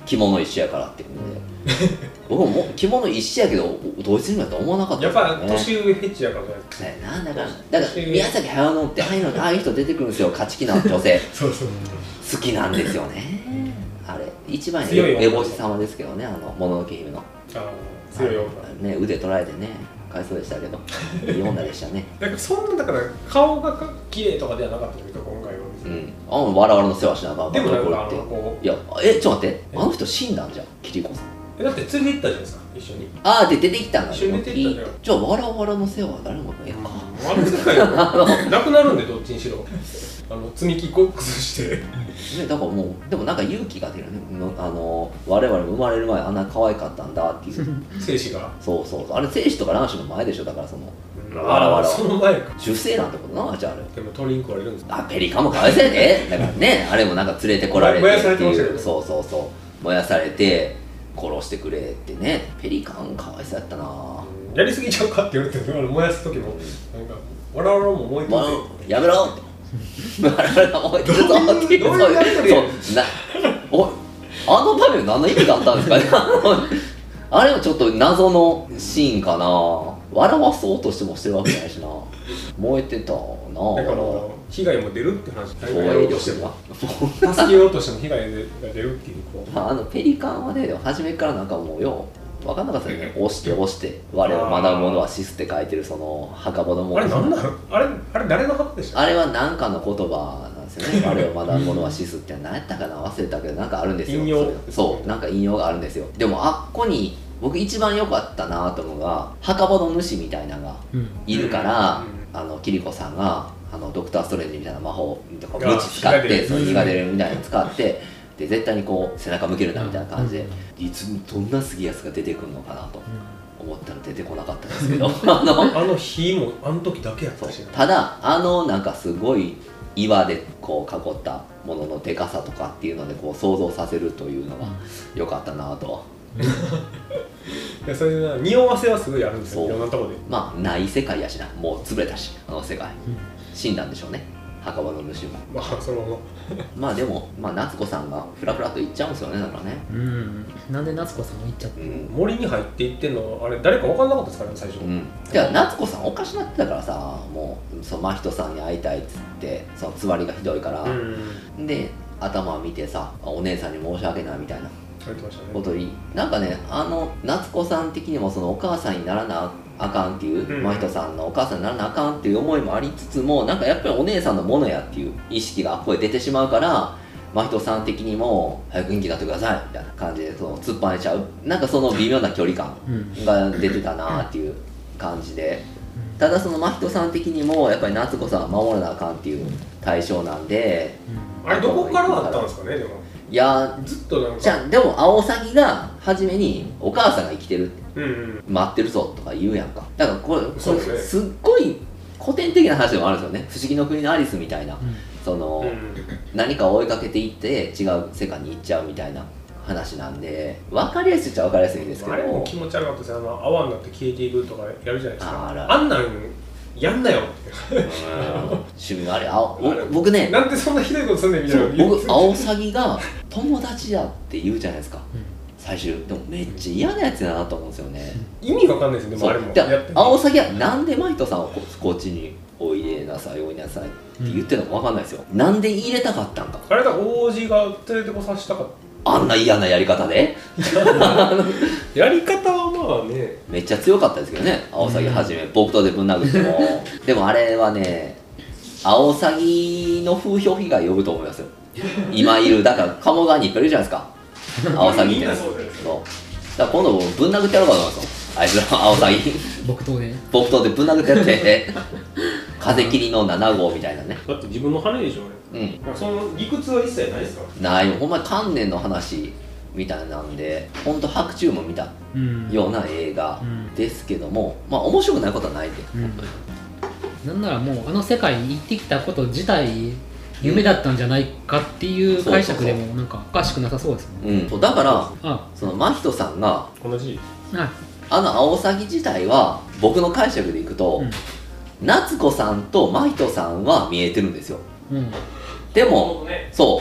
着物一緒やからっていうね僕も着物一緒やけど同一人だと思わなかったやっぱ年上ヘッチやからじゃないですか。だから宮崎駿のってああいう人出てくるんですよ、勝ち気な女性そうそう好きなんですよね。あれ一番烏帽子様ですけどね、もののけ姫の強い女ね、腕取られてねかわいそうでしたけどいい女でしたねだからそんなだから顔が綺麗とかではなかったけど今回は別に、 わらわらの世話しながらでもなんかこういやちょっと待って、あの人死んだんじゃん、キリコさん。 だって連れて行ったじゃないですか一緒に。 で出てきたんだ。 一緒に出てきたじゃん。 じゃあわらわらの世話は誰もやか、 あの世界なくなるんでどっちにしろ積み木崩してね、だからもうでもなんか勇気が出るね。我々も生まれる前あんな可愛かったんだっていう精子がそうあれ精子とか卵子の前でしょ、だからそのわらわらその前か受精なんてことな、じゃああれでも鳥に食われるんですか。 ペリカンもかわいそうやでだからねあれもなんか連れてこられて燃やされっていうてましたよね。 そう燃やされて殺してくれってね。ペリカンかわいそうやったな。 やりすぎちゃうかって言われて燃やす時もなんかわらわらも燃えててやめろって我々が燃えてるぞっていう、 どういうやりとりやあの場面何の意味があったんですかねあれもちょっと謎のシーンかな。笑わそうとしてもしてるわけじゃないしな。燃えてたな。 だから被害も出るって話。 防衛力が助けようとしても被害が出るっていうペリカンはね、初めからなんかもうよ分かんなかったよね。押して我を学ぶものは死すって書いてるその墓場のもの。 あれなんなの？あれ誰の墓でした？ あれは何かの言葉なんですよね。我を学ぶものは死すって何やったかな、忘れたけどなんかあるんですよ。 引用。 そうなんか引用があるんですよ。でもあっこに僕一番良かったなと思うのが、墓場の主みたいなのがいるから、キリコさんがドクターストレンジみたいな魔法とか無知使って火が出るみたいなの使ってで絶対にこう背中向けるなみたいな感じで、いつどんなすげえやつが出てくるのかなと思ったら出てこなかったですけど火もあの時だけやったしな。 ただなんかすごい岩でこう囲ったもののでかさとかっていうのでこう想像させるというのは良かったなと。 いやそういう匂わせはすごいあるんですよ、いろんなところで。 まあない世界やしな、もう潰れたしあの世界、死んだんでしょうね、墓場の主も。 まあそのまままあでも、夏子さんがフラフラと行っちゃうんですよね、だからね。 なんで夏子さんも行っちゃって、 森に入っていってんのあれ誰か分かんなかったですからね最初。 じゃあ夏子さんおかしなってたからさ、もう真人さんに会いたいっつってそのつわりがひどいから、で頭を見てさ、お姉さんに申し訳ないみたいなことに、なんかね、夏子さん的にもそのお母さんにならなあかんっていう、真人さんのお母さんにならなあかんっていう思いもありつつも、なんかやっぱりお姉さんのものやっていう意識がここで出てしまうから、真人さん的にも早く元気になってくださいみたいな感じで突っ張れちゃう、なんかその微妙な距離感が出てたなっていう感じで、ただその真人さん的にもやっぱり夏子さんは守らなあかんっていう対象なんで、 あれどこからだったんですかね。でもいやずっとなんかでもアオサギが初めにお母さんが生きてるって、待ってるぞとか言うやんか。だからこれすっごい古典的な話でもあるんですよね。不思議の国のアリスみたいな、その何かを追いかけていって違う世界に行っちゃうみたいな話なんで、分かりやすいっちゃ分かりやすいんですけど、 あれも気持ち悪かったですよ。泡になって消えていくとかやるじゃないですか。 あんなんやんなよって趣味のあれ僕ね、 なんでそんなひどいことすんねんみたいな。 僕アオサギが友達だって言うじゃないですか、最終。でもめっちゃ嫌なやつだなと思うんですよね。 意味が分かんないですよ。でもあれもアオサギはなんで真人さんをこっちにおいでなさいって言ってるのか分かんないですよ。なんで入れたかったんか。 あれだ、王子が連れてこさせたかった。 あんな嫌なやり方でやり方はまあね、 めっちゃ強かったですけどね、アオサギはじめ木刀でぶん殴ってもでもあれはね、アオサギの風評被害呼ぶと思いますよ。今いるだから鴨川にいっぱいいるじゃないですか、アオサギって。そうだから今度ぶん殴ってやろうかと思いますよ、あいつらアオサギ木刀でぶん殴ってやって風切りの7号みたいなね。 だって自分の羽でしょ、その理屈は一切ないですか。 ないよ、ほんまに観念の話みたいなんで、ほんと白昼も見たような映画ですけども、まあ面白くないことはないで、本当に。 なんならもうあの世界に行ってきたこと自体夢だったんじゃないかっていう解釈でもなんかおかしくなさそうですもんね。 だからその真人さんが同じアオサギ自体は僕の解釈でいくと、夏子さんと真人さんは見えてるんですよ。でもそう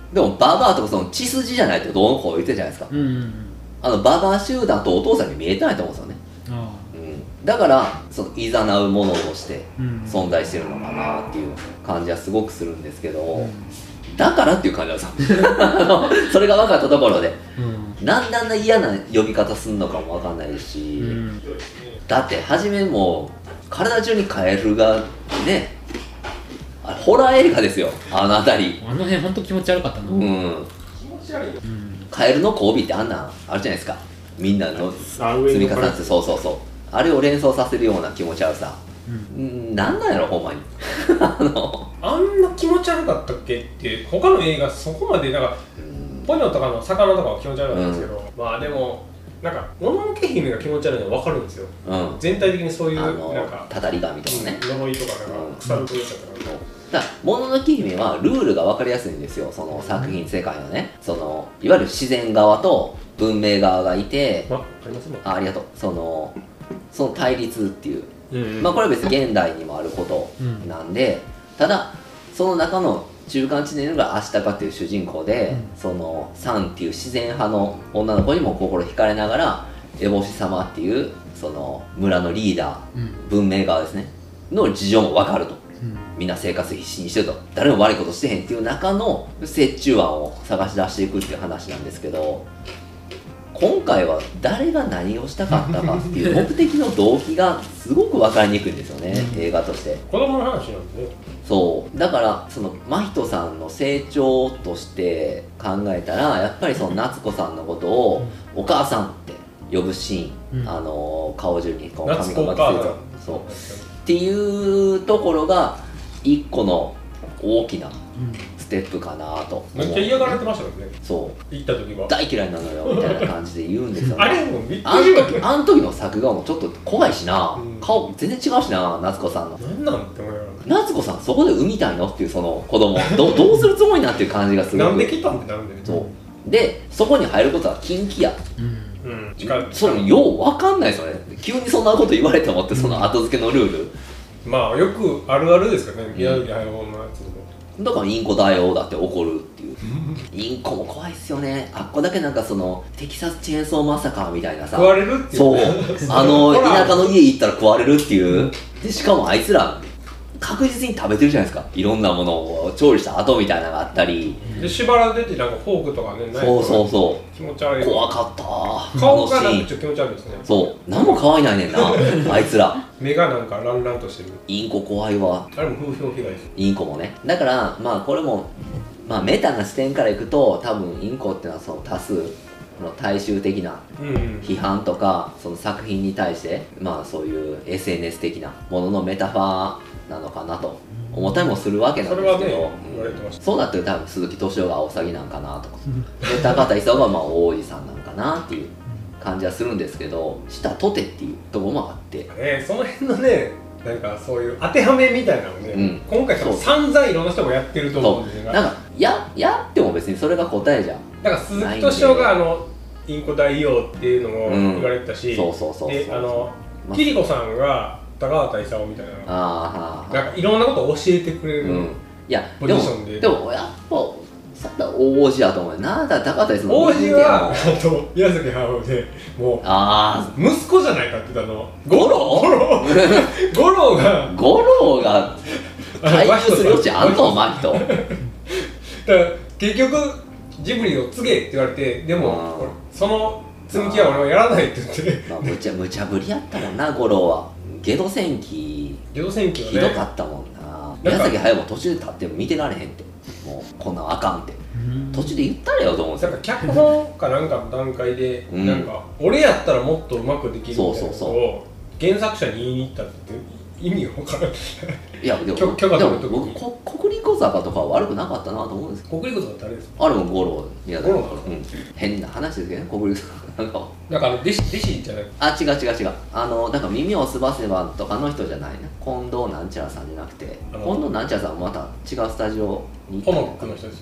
でもババアとかその血筋じゃないとどうのこう言ってるじゃないですか、ババア集団とお父さんに見えてないと思うんですよね。だからそのいざなうものとして存在してるのかなっていう感じはすごくするんですけど、だからっていう感じなんですよそれが分かったところで、なんであんな嫌な呼び方すんのかも分かんないし、だって初めもう体中にカエルがね、ホラー映画ですよ、あの辺り。 あの辺ほんと気持ち悪かったな。 気持ち悪いよ。 カエルの交尾ってあんなんあるじゃないですか、みんなの積み重ねて、そうそうそう、あれを連想させるような気持ち悪さ、なんなんやろほんまにあんな気持ち悪かったっけって他の映画そこまでなんかポニョとかの魚とかは気持ち悪かったんですけど、まあでもなんかもののけ姫が気持ち悪いのは分かるんですよ、全体的にそういうなんかたたり神とかね、 呪いとかなんか腐るというかだからもののけ姫はルールが分かりやすいんですよ、その作品世界のね、そのいわゆる自然側と文明側がいて、ありがとう、その対立っていう、まあこれは別に現代にもあることなんで、ただその中の中間地点がアシタカっていう主人公で、そのサンっていう自然派の女の子にも心惹かれながら、エボシ様っていうその村のリーダー、文明側ですねの事情も分かると、みんな生活必死にしてると、誰も悪いことしてへんっていう中の折衷案を探し出していくっていう話なんですけど、今回は誰が何をしたかったかっていう目的の動機がすごく分かりにくいんですよね、映画として。 子供の話なんでね。 そうだからその真人さんの成長として考えたら、やっぱりその夏子さんのことをお母さんって呼ぶシーン、顔中にこう髪が巻きついたそうっていうところが一個の大きなステップかなと。 めっちゃ嫌がられてましたもんね。 そう行った時は大嫌いなのよみたいな感じで言うんですよねあれもびっくりしました。 あの時の作画もちょっと怖いしな、顔全然違うしな、夏子さんの。 なんなんって思いながら、 夏子さんそこで産みたいのっていうその子供どうするつもりなんていう感じがする。 なんで来たんってなるんだよね。 そうでそこに入ることは禁忌や、そのよう分かんないですよね、急にそんなこと言われてもって、その後付けのルール、 まあよくあるあるですからね、宮崎駿のやつも。 だからインコだよだって怒るっていうインコも怖いっすよね。あっこだけなんかそのテキサスチェーンソーマサカーみたいなさ、 食われるっていう、 そう田舎の家行ったら食われるっていうで、しかもあいつら確実に食べてるじゃないですか、いろんなものを調理した後みたいなのがあったりで、縛られててなんかフォークとかね、 そう気持ち悪い、 怖かった顔がなんかちょっと気持ち悪いですね。 そう何も可愛いないねんなあいつら目がなんかランランとしてる。 インコ怖いわ。 あれも風評被害です。 インコもね、だからまあこれもまあメタな視点からいくと、多分インコっていうのはその多数の大衆的な批判とか、その作品に対してまあそういう SNS 的なもののメタファーなのかなと思ったりもするわけなんですけど、 それはね言われてました。 そうなって多分鈴木敏夫がアオサギなんかなとかで高畑勲がまあ大叔父さんなんかなっていう感じはするんですけど、したとてっていうところもあって、 その辺のね、なんかそういう当てはめみたいなのね、今回多分散々いろんな人もやってると思うんですよ。 なんかやっても別にそれが答えじゃん。 だから鈴木敏夫がインコ大王っていうのも言われてたし、で桐子さんが高畑勲みたいな、なんかいろんなことを教えてくれるポジションで。 でもやっぱそんな大王子やと思うよな。だから高畑勲王子は宮崎駿でもう息子じゃないかって言ったの。五郎が対応する余地あんの真人。 だから結局ジブリを継げって言われて、でもその積み木は俺はやらないって言って、 まあ無茶ぶりやったもんな、五郎は。ゲド戦記ひどかったもんな。宮崎駿も途中で立って見てられへんって、もうこんなんあかんって途中で言ったらよと思うんですよ。 なんか脚本かなんかの段階で、なんか俺やったらもっとうまくできるみたいなことを原作者に言いに行ったって意味が分からない。 いやでも僕国立小坂とかは悪くなかったなと思うんですけど。 国立小坂って誰ですか？ あれも五郎宮崎駿。変な話ですけどね、国立小坂なんか。 なんか弟子じゃない？ 違う。なんか耳をすばせばとかの人じゃないね。近藤なんちゃらさんじゃなくて、近藤なんちゃらさんはまた違うスタジオにポノックの人ですよね。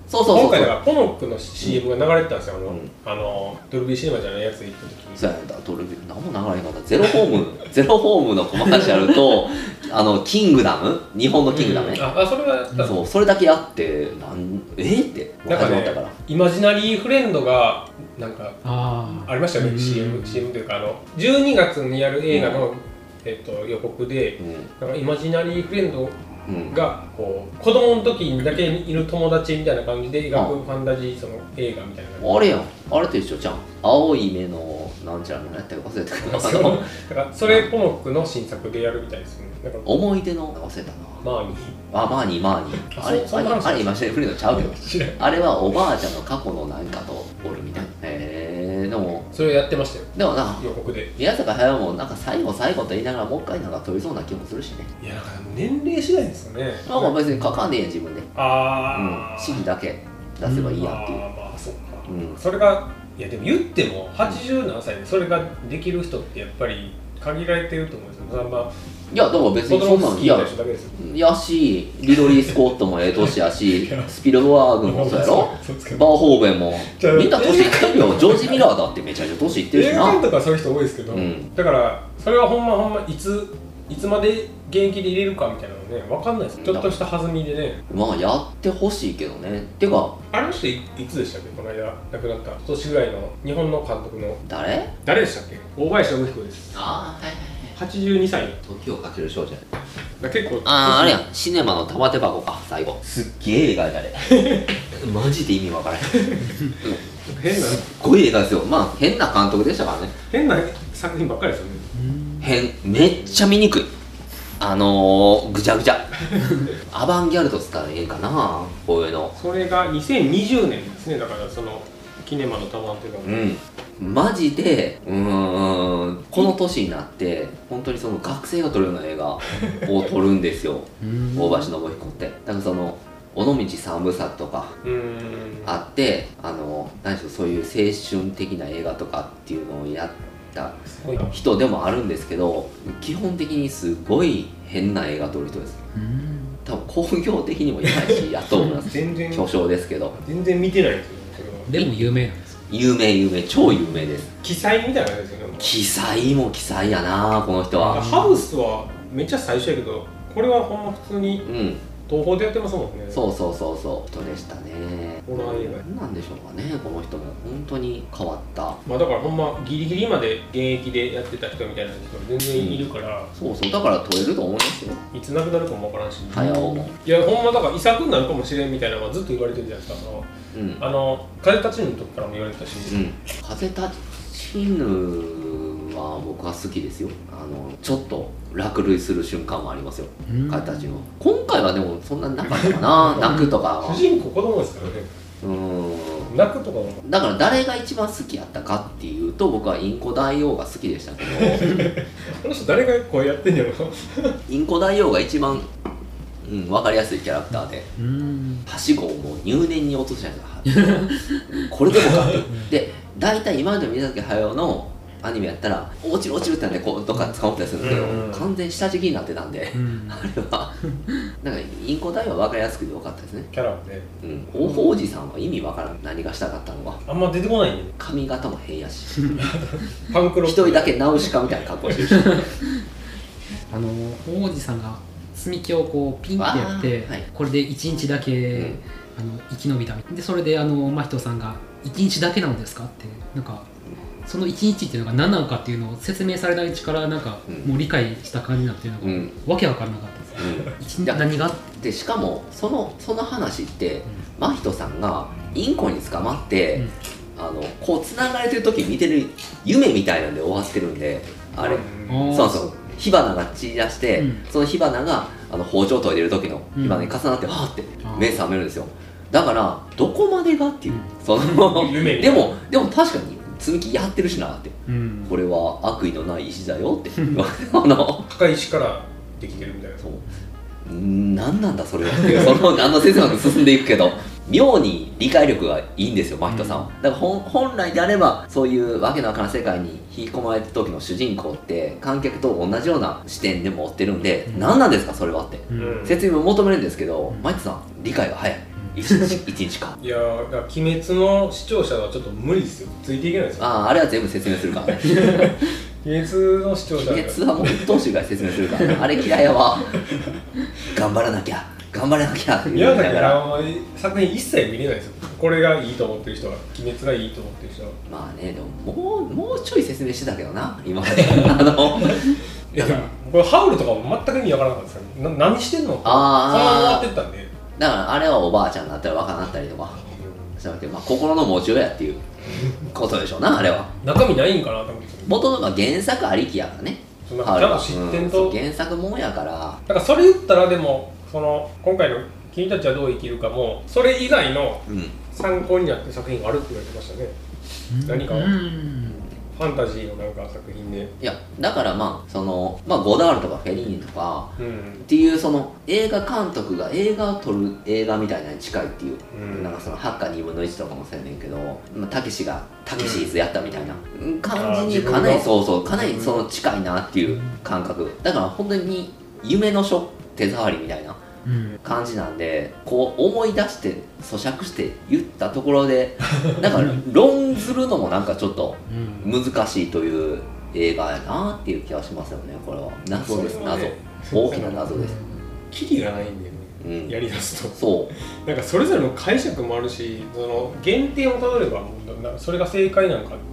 今回だからポノックの CM が流れてたんですよ、ドルビーシネマじゃないやつ行った時に。 そうやんだ、ドルビー何も流れへんかった。ゼロホームのコマーシャルとキングダム、日本のキングダムね、 それはやった。 そう、それだけやってってなんかね、イマジナリーフレンドがなんかありましたよね、CM というか12月にやる映画の予告で、なんかイマジナリーフレンドがこう子供の時にだけいる友達みたいな感じで描くファンタジーその映画みたいな感じ。 あれやん、あれと一緒じゃん。青い目のなんちゃらのやったか忘れたけど、 だからそれポノックの新作でやるみたいですね。 思い出の忘れたな。マーニーあれ今してフレンドちゃうけどあれはおばあちゃんの過去の何かとおるみたいな。でもそれやってましたよ。 でもな、 予告で宮坂駿もなんか最後と言いながらもう一回なんか撮りそうな気もするしね。 いや、だから年齢次第ですよね。 まあ別に書かんでええ自分で、指示だけ出せばいいやっていう。 まあそうか、それがいやでも言っても80何歳でそれができる人ってやっぱり限られてると思うんですよ。 いやだから別にそんなのやし、リドリー・スコットもええ年やしスピルバーグもそうやろ、バーホーベンもみんな年いってるよ。ジョージ・ミラーだってめちゃめちゃ年いってるしな。 映画監督はそういう人多いですけど、だからそれはほんまいつまで現役で入れるかみたいなのね、分かんないです。ちょっとした弾みでね。 まあやってほしいけどね。っていうかあの人いつでしたっけ、この間亡くなった今年ぐらいの日本の監督の誰でしたっけ。大林信彦です。 ああ、はいはいはい。 82歳。 時をかける少女や。 結構あれやん、シネマの玉手箱か。最後すっげえ映画やれマジで意味わからへん変なすっごい映画ですよ。まあ変な監督でしたからね。 変な作品ばっかりですよね。 めっちゃ見にくい。ぐちゃぐちゃアバンギャルドっつったらええかな、こういうの。 それが2020年ですね。だからそのキネマの玉手箱、 マジでこの年になって本当にその学生が撮るような映画を撮るんですよ大橋信彦って。だからその尾道三部作とかあって、何でしょう、そういう青春的な映画とかっていうのをやった人でもあるんですけど、基本的にすごい変な映画撮る人です。多分工業的にもいないしやと思います巨匠ですけど。 全然見てないんですよそれは。 でも有名なんですか。 有名超有名です。 奇才みたいな感じですよね。 奇才も奇才やなこの人は。 ハウスはめっちゃ最初やけど、これはほんま普通に東宝でやってますもんね。 そう人でしたね。 ホラー映画何なんでしょうかね、この人も本当に変わった。 まあだからほんまギリギリまで現役でやってた人みたいな人全然いるから、 そうだから撮れると思いますよ。 いつ亡くなるかもわからんし、 早尾もいやほんまだから遺作になるかもしれんみたいなのはずっと言われてるじゃないですか。風立ちぬの時からも言われてたし、 風立ちぬは僕は好きですよ。ちょっと落涙する瞬間もありますよ、風立ちぬ。今回はでもそんななかったかな泣くとかは。 主人公子供ですからね。泣くとかも。 だから誰が一番好きやったかっていうと、僕はインコ大王が好きでしたけどこの人誰が声やってんやろインコ大王が一番分かりやすいキャラクターで、はしごをもう入念に落とすじゃないですかこれでもかってで、大体今までの宮崎駿のアニメやったら落ちるってね、こうとか捕まったりするんですけど、完全下敷きになってたんで、あれはなんかインコ大は分かりやすくてよかったですね。 キャラはね。 大宝寺さんは意味分からん、何がしたかったのかあんま出てこないんで。 髪型も変やしパンクロ一人だけナウシカみたいな格好してるし王子さんが積み木をこうピンってやって、これで1日だけ、生き延びたで、それで真人さんが1日だけなのですかって、なんかその1日っていうのが何なのかっていうのを説明されないうちからなんかもう理解した感じになってるのが、わけわからなかったです、何がで、しかもその話って真人さんがインコに捕まって、こうつながれてる時に見てる夢みたいなんで終わってるんで、あれそう火花が散り出して、その火花が包丁研いでる時の火花に重なってはーって目覚めるんですよ。だからどこまでがっていう、そのでも確かに積み木やってるしなって、これは悪意のない石だよって赤い石からできてるみたいな。 何なんだそれはっていう、その説明が進んでいくけど妙に理解力がいいんですよ真人さんは。だから本来であればそういうわけのわからん世界に引き込まれた時の主人公って観客と同じような視点で持ってるんで、何なんですかそれはって、説明を求めるんですけど、真人さん理解が早い。 1日か。 いやー、だから鬼滅の視聴者はちょっと無理ですよ、ついていけないですよ。 あれは全部説明するからね。 鬼滅の視聴者鬼滅はもう一等手が説明するから、あれ嫌いやわ。頑張らなきゃ頑張らなきゃって宮崎駿の作品一切見れないですよ。これがいいと思ってる人は、鬼滅がいいと思ってる人は。 まあね、でももうちょい説明してたけどな、今まで。 いや、これハウルとかも全く意味わからなかったですよ。何してんのって、そのまま終わってったんで。 だからあれはおばあちゃんになったら若くなったりとかしたわけど、まあ、心の持ちようやっていうことでしょうな、あれは。 中身ないんかなと思って。 元々原作ありきやからね。 ちゃんと知ってんと、 原作もんやから。 だからそれ言ったら、でも今回の「君たちはどう生きるか」もそれ以外の参考になってる作品があるって言われてましたね。何かファンタジーのなんか作品で。 いやだからまあゴダールとかフェリーニとか、っていうその映画監督が映画を撮る映画みたいなのに近いっていう、なんかそのハッカー2分の1とかもそうやねんけど、たけしがたけしーズやったみたいな感じにかなりかなりその近いなっていう感覚だから、本当に夢の手触りみたいな感じなんで、こう思い出して咀嚼して言ったところでなんか論ずるのもなんかちょっと難しいという映画やなっていう気がしますよね。これは謎です。謎、大きな謎です。 キリがないんだよね、やりだすと。 そうなんかそれぞれの解釈もあるし、その原点をたどればそれが正解なのかって、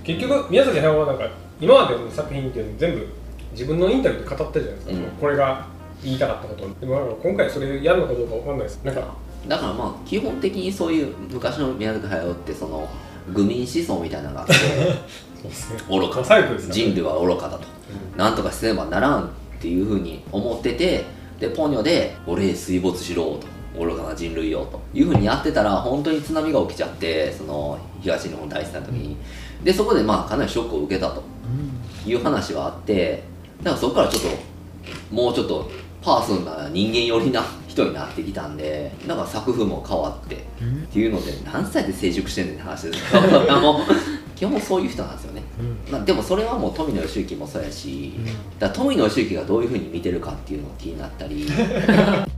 結局宮崎駿はなんか今までの作品っていうの全部自分のインタビューで語ったじゃないですか、これが言いたかったこと。でも今回それやるのかどうかわかんないです。なんかだからまあ基本的にそういう昔の宮崎駿ってその愚民思想みたいなのがあって愚か、人類は愚かだと、なんとかせねばならんっていうふうに思ってて、でポニョで俺へ水没しろと、愚かな人類よというふうにやってたら、本当に津波が起きちゃって、その東日本大震災の時に、でそこでまあかなりショックを受けたという話はあって、だからそこからちょっともうちょっとパーソナルな人間寄りな人になってきたんで、だから作風も変わってっていうので、何歳で成熟してんねんって話ですけど基本そういう人なんですよね、まあ、でもそれはもう富野義行もそうやし、だから富野義行がどういうふうに見てるかっていうのが気になったり